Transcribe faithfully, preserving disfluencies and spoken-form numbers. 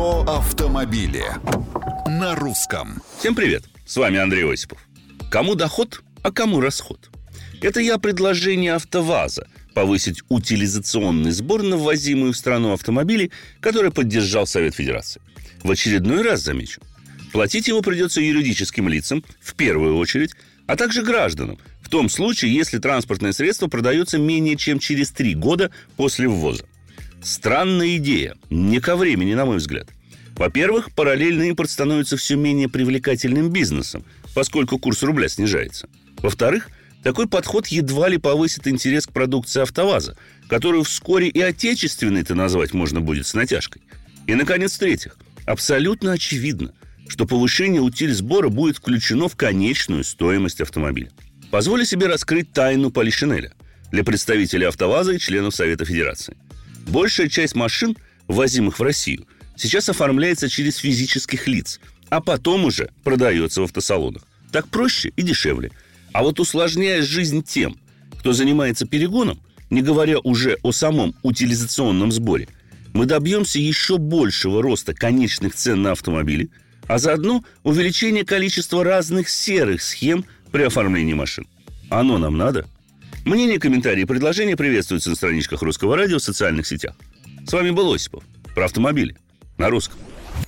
Про автомобили на русском. Всем привет, с вами Андрей Осипов. Кому доход, а кому расход? Это я предложение АвтоВАЗа повысить утилизационный сбор на ввозимые в страну автомобили, который поддержал Совет Федерации. В очередной раз замечу, платить его придется юридическим лицам в первую очередь, а также гражданам, в том случае, если транспортное средство продается менее чем через три года после ввоза. Странная идея, не ко времени, на мой взгляд. Во-первых, параллельный импорт становится все менее привлекательным бизнесом, поскольку курс рубля снижается. Во-вторых, такой подход едва ли повысит интерес к продукции АвтоВАЗа, которую вскоре и отечественной-то назвать можно будет с натяжкой. И, наконец, в-третьих, абсолютно очевидно, что повышение утильсбора будет включено в конечную стоимость автомобиля. Позволю себе раскрыть тайну полишинеля для представителей АвтоВАЗа и членов Совета Федерации. Большая часть машин, ввозимых в Россию, сейчас оформляется через физических лиц, а потом уже продается в автосалонах. Так проще и дешевле. А вот усложняя жизнь тем, кто занимается перегоном, не говоря уже о самом утилизационном сборе, мы добьемся еще большего роста конечных цен на автомобили, а заодно увеличения количества разных серых схем при оформлении машин. Оно нам надо? Мнения, комментарии и предложения приветствуются на страничках Русского радио в социальных сетях. С вами был Осипов. Про автомобили на русском.